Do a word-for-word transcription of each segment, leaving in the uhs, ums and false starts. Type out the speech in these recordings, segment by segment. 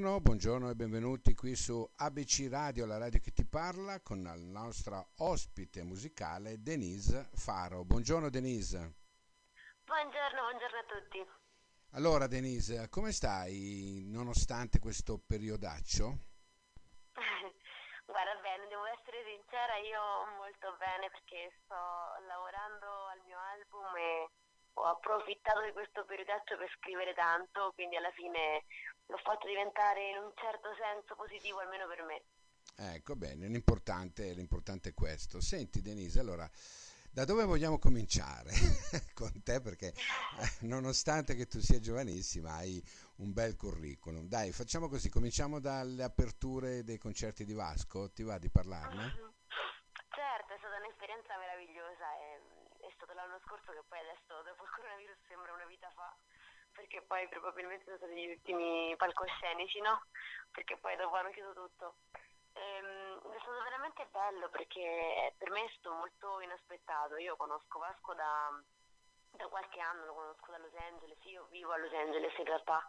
Buongiorno, buongiorno e benvenuti qui su A B C Radio, la radio che ti parla, con la nostra ospite musicale Denise Faro. Buongiorno Denise. Buongiorno, buongiorno a tutti. Allora Denise, come stai nonostante questo periodaccio? Guarda bene, devo essere sincera, io molto bene perché sto lavorando al mio album e ho approfittato di questo periodaccio per scrivere tanto, quindi alla fine l'ho fatto diventare in un certo senso positivo, almeno per me. Ecco, bene, l'importante, l'importante è questo. Senti Denise, allora, da dove vogliamo cominciare con te? Perché eh, nonostante che tu sia giovanissima, hai un bel curriculum. Dai, facciamo così, cominciamo dalle aperture dei concerti di Vasco, ti va di parlarne? Certo, è stata un'esperienza meravigliosa, è, è stato l'anno scorso che poi adesso dopo il coronavirus sembra una vita fa, perché poi probabilmente sono stati gli ultimi palcoscenici, no? Perché poi dopo hanno chiuso tutto. Ehm, è stato veramente bello perché per me è stato molto inaspettato. Io conosco Vasco da, da qualche anno, lo conosco da Los Angeles, io vivo a Los Angeles in realtà.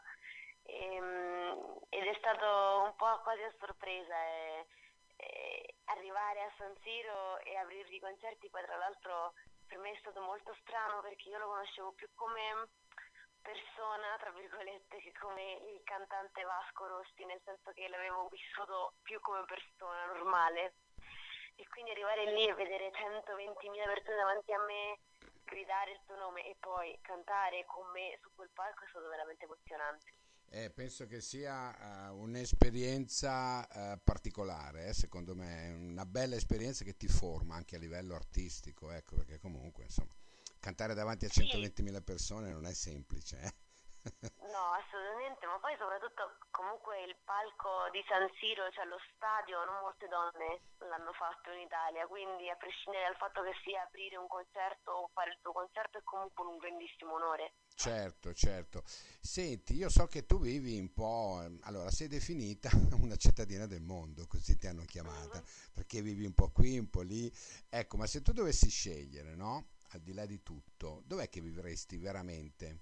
Ehm, ed è stato un po' quasi a sorpresa e, e arrivare a San Siro e aprirgli i concerti, poi tra l'altro per me è stato molto strano perché io lo conoscevo più come persona, tra virgolette, che come il cantante Vasco Rossi, nel senso che l'avevo vissuto più come persona normale. E quindi arrivare lì e vedere centoventimila persone davanti a me, gridare il suo nome e poi cantare con me su quel palco è stato veramente emozionante. Eh, penso che sia eh, un'esperienza eh, particolare, eh, secondo me, è una bella esperienza che ti forma anche a livello artistico, ecco, perché comunque, insomma, cantare davanti a Sì, centoventimila persone non è semplice, eh. no, assolutamente, ma poi soprattutto comunque il palco di San Siro, cioè lo stadio, non molte donne l'hanno fatto in Italia, quindi a prescindere dal fatto che sia aprire un concerto o fare il tuo concerto è comunque un grandissimo onore. Certo, certo. Senti, io so che tu vivi un po', ehm, allora sei definita una cittadina del mondo, così ti hanno chiamata, Mhm. perché vivi un po' qui, un po' lì. Ecco, ma se tu dovessi scegliere, no? Al di là di tutto, dov'è che vivresti veramente?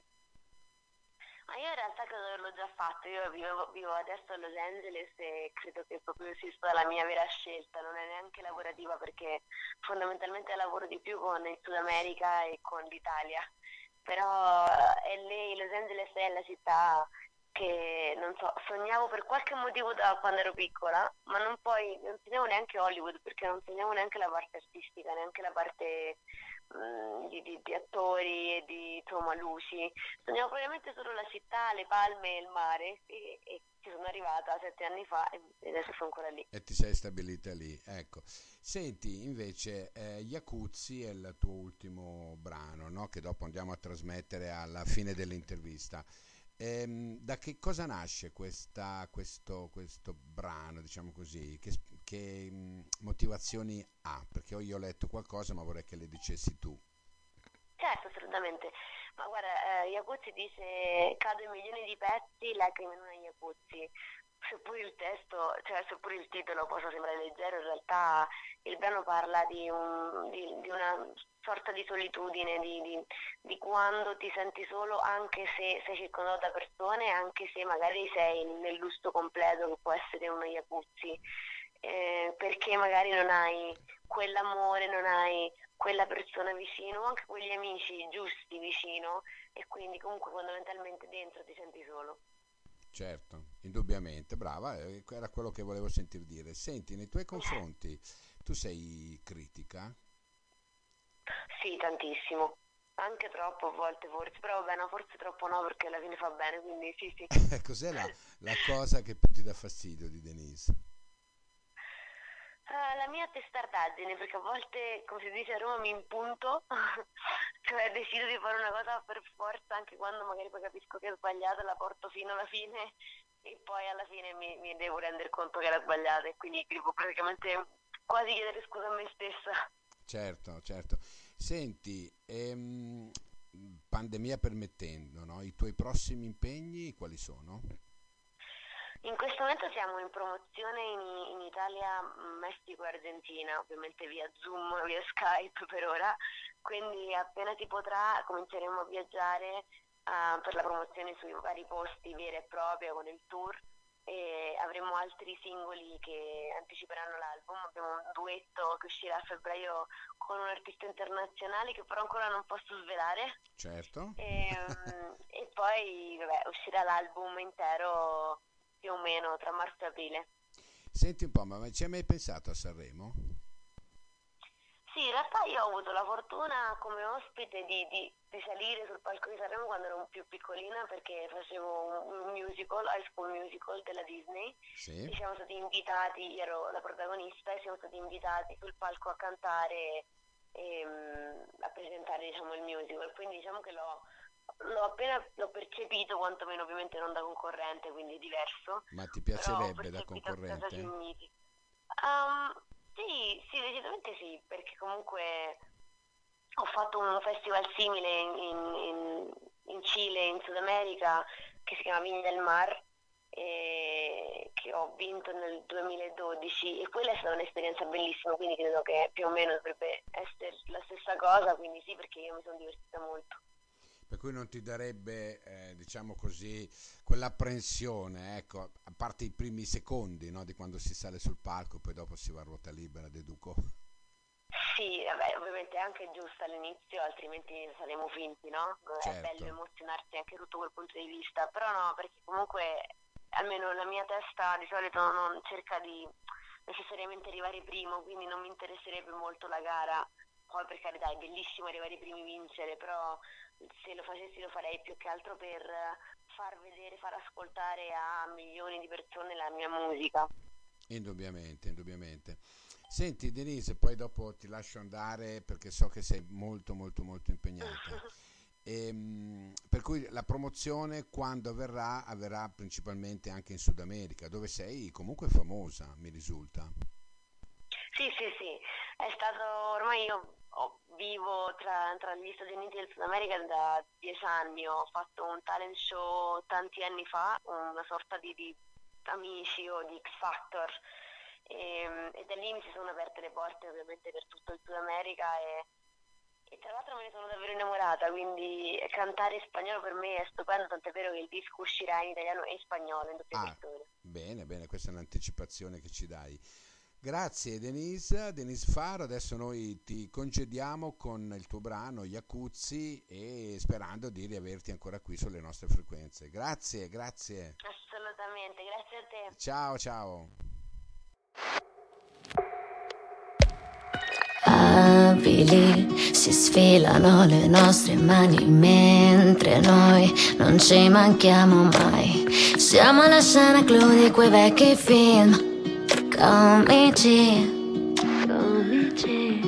Ma io in realtà credo di averlo già fatto, io vivo, vivo adesso a Los Angeles e credo che proprio sia stata la mia vera scelta, non è neanche lavorativa perché fondamentalmente lavoro di più con il Sud America e con l'Italia, però eh, è lì, Los Angeles è la città che, non so, sognavo per qualche motivo da quando ero piccola, ma non poi, non sognavo neanche Hollywood perché non sognavo neanche la parte artistica, neanche la parte mm, di, di- di attori e di insomma luci. Sognavo probabilmente solo la città, le palme e il mare e, e ci sono arrivata sette anni fa e e adesso sono ancora lì. E ti sei stabilita lì, ecco. Senti, invece, eh, Iacuzzi è il tuo ultimo brano, no? Che dopo andiamo a trasmettere alla fine dell'intervista. Ehm, da che cosa nasce questa- questo, questo brano, diciamo così? Che, che, mh, motivazioni ha? Perché io ho letto qualcosa, ma vorrei che le dicessi tu. Certo, assolutamente. Ma guarda, eh, Iacuzzi dice cado in milioni di pezzi, lacrime in una Iacuzzi. Seppur il testo, cioè seppur il titolo possa sembrare leggero, in realtà il brano parla di, un- di- di una sorta di solitudine, di, di- di quando ti senti solo anche se sei circondato da persone, anche se magari sei nel lusso completo che può essere uno Iacuzzi, eh, perché magari non hai quell'amore, non hai quella persona vicino o anche quegli amici giusti vicino e quindi comunque fondamentalmente dentro ti senti solo. Certo, indubbiamente, brava, eh, era quello che volevo sentir dire. Senti, nei tuoi confronti, tu sei critica? Sì, tantissimo. Anche troppo a volte forse, però vabbè, no, forse troppo no perché alla fine fa bene, quindi sì, sì. Cos'è la, la cosa che più ti dà fastidio di Denise? Ah, la mia testardaggine, perché a volte, come si dice a Roma, mi impunto, cioè decido di fare una cosa per forza, anche quando magari poi capisco che è sbagliata, la porto fino alla fine e poi alla fine mi, mi devo rendere conto che era sbagliata e quindi devo praticamente quasi chiedere scusa a me stessa. Certo, certo. Senti, ehm, pandemia permettendo, no? I tuoi prossimi impegni quali sono? In questo momento siamo in promozione in, in Italia, Messico e Argentina, ovviamente via Zoom, via Skype per ora, quindi appena si potrà cominceremo a viaggiare eh, per la promozione sui vari posti veri e propri con il tour e avremo altri singoli che anticiperanno l'album. Abbiamo un duetto che uscirà a febbraio con un artista internazionale che però ancora non posso svelare. Certo. E, e poi vabbè, uscirà l'album intero più o meno tra marzo e aprile. Senti un po', ma ci hai mai pensato a Sanremo? Sì, in realtà io ho avuto la fortuna come ospite di, di, di salire sul palco di Sanremo quando ero più piccolina, perché facevo un, un musical, High School Musical della Disney. Sì. E siamo stati invitati, io ero la protagonista e siamo stati invitati sul palco a cantare e um, a presentare, diciamo, il musical. Quindi diciamo che l'ho, l'ho appena l'ho percepito, quantomeno ovviamente non da concorrente, quindi è diverso. Ma ti piacerebbe da concorrente? Um, sì, sì, decisamente sì, perché comunque ho fatto un festival simile in, in, in Cile, in Sud America, che si chiama Viña del Mar, e che ho vinto nel duemiladodici, e quella è stata un'esperienza bellissima, quindi credo che più o meno dovrebbe essere la stessa cosa, quindi sì, perché io mi sono divertita molto. Per cui non ti darebbe, eh, diciamo così, quell'apprensione, ecco, a parte i primi secondi, no, di quando si sale sul palco, poi dopo si va a ruota libera, deduco. Sì, vabbè, ovviamente è anche giusto all'inizio, altrimenti saremo finti, no? Certo. È bello emozionarsi anche sotto quel punto di vista, però no, perché comunque almeno la mia testa di solito non cerca di necessariamente arrivare primo, quindi non mi interesserebbe molto la gara. Poi per carità è bellissimo arrivare primi, vincere, però se lo facessi lo farei più che altro per far vedere, far ascoltare a milioni di persone la mia musica. Indubbiamente, indubbiamente. Senti Denise, poi dopo ti lascio andare perché so che sei molto molto molto impegnata. E, per cui la promozione quando avverrà, avverrà principalmente anche in Sud America, dove sei comunque famosa, mi risulta. Sì, sì, sì, è stato, ormai io ho, vivo tra, tra gli Stati Uniti e il Sud America da dieci anni, ho fatto un talent show tanti anni fa, una sorta di, di Amici o di X Factor, e, e da lì mi si sono aperte le porte ovviamente per tutto il Sud America e, e tra l'altro me ne sono davvero innamorata, quindi cantare in spagnolo per me è stupendo, tant'è vero che il disco uscirà in italiano e in spagnolo, in doppia Ah, versione. bene, bene, questa è un'anticipazione che ci dai. Grazie Denise, Denise Faro, adesso noi ti congediamo con il tuo brano Iacuzzi e sperando di riaverti ancora qui sulle nostre frequenze. Grazie, grazie. Assolutamente, grazie a te. Ciao, ciao. Abili si sfilano le nostre mani mentre noi non ci manchiamo mai. Siamo alla scena clou di quei vecchi film comici, comici.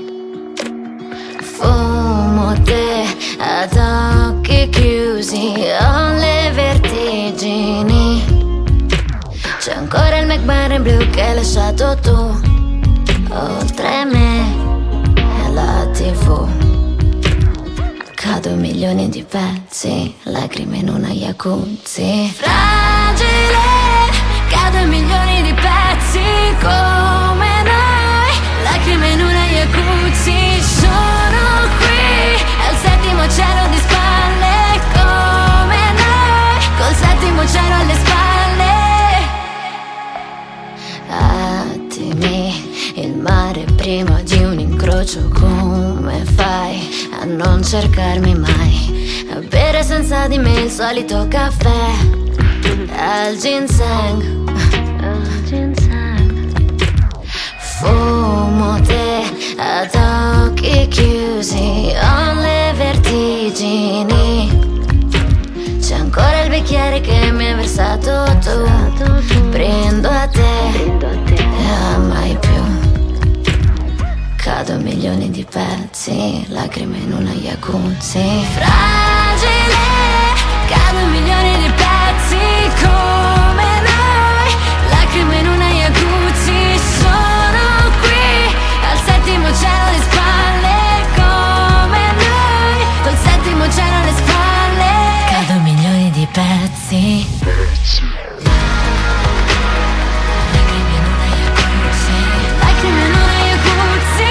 Fumo te ad occhi chiusi, ho le vertigini. C'è ancora il McLaren blu che hai lasciato tu, oltre me e la tivù. Cado milioni di pezzi, lacrime in una jacuzzi. Fragile, cado in milioni di pezzi come noi, lacrime in una jacuzzi. Sono qui, al settimo cielo di spalle come noi, col settimo cielo alle spalle. Attimi, il mare prima di un incrocio, come fai a non cercarmi mai? A bere senza di me il solito caffè al ginseng. Fumo te ad occhi chiusi, ho le vertigini. C'è ancora il bicchiere che mi hai versato tu, prendo a te e a mai più. Cado milioni di pezzi, lacrime in una jacuzzi. Fragile, cado milioni di pezzi come noi, lacrime in una jacuzzi. Sono qui, al settimo cielo di spalle come noi, col settimo cielo alle spalle. Cado milioni di pezzi. Lacrime in una jacuzzi, lacrime in una jacuzzi.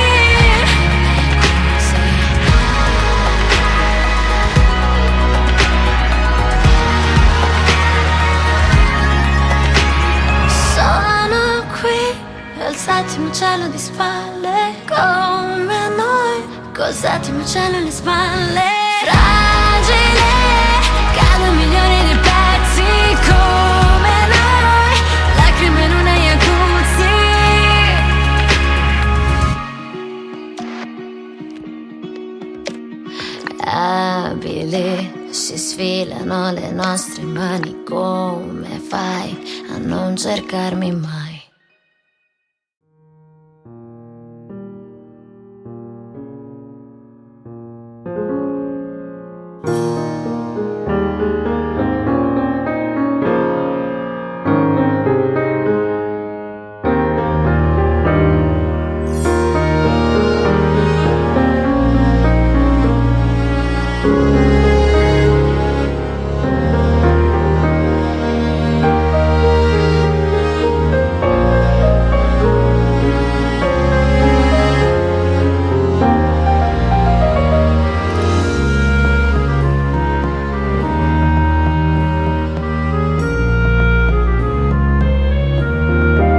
al settimo cielo di spalle, come noi, col settimo cielo alle spalle. Fragile, cado milioni di pezzi come noi, lacrime in una jacuzzi. Abili, si sfilano le nostre mani, come fai a non cercarmi mai? Thank you.